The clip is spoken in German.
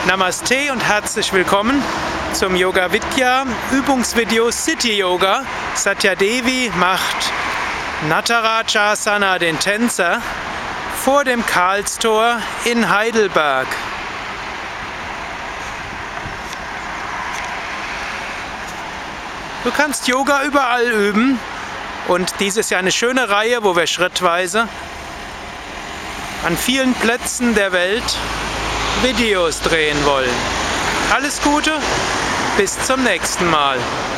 Namaste und herzlich willkommen zum Yoga Vidya Übungsvideo City Yoga. Satya Devi macht Natarajasana, den Tänzer, vor dem Karlstor in Heidelberg. Du kannst Yoga überall üben und dies ist ja eine schöne Reihe, wo wir schrittweise an vielen Plätzen der Welt Videos drehen wollen. Alles Gute, bis zum nächsten Mal.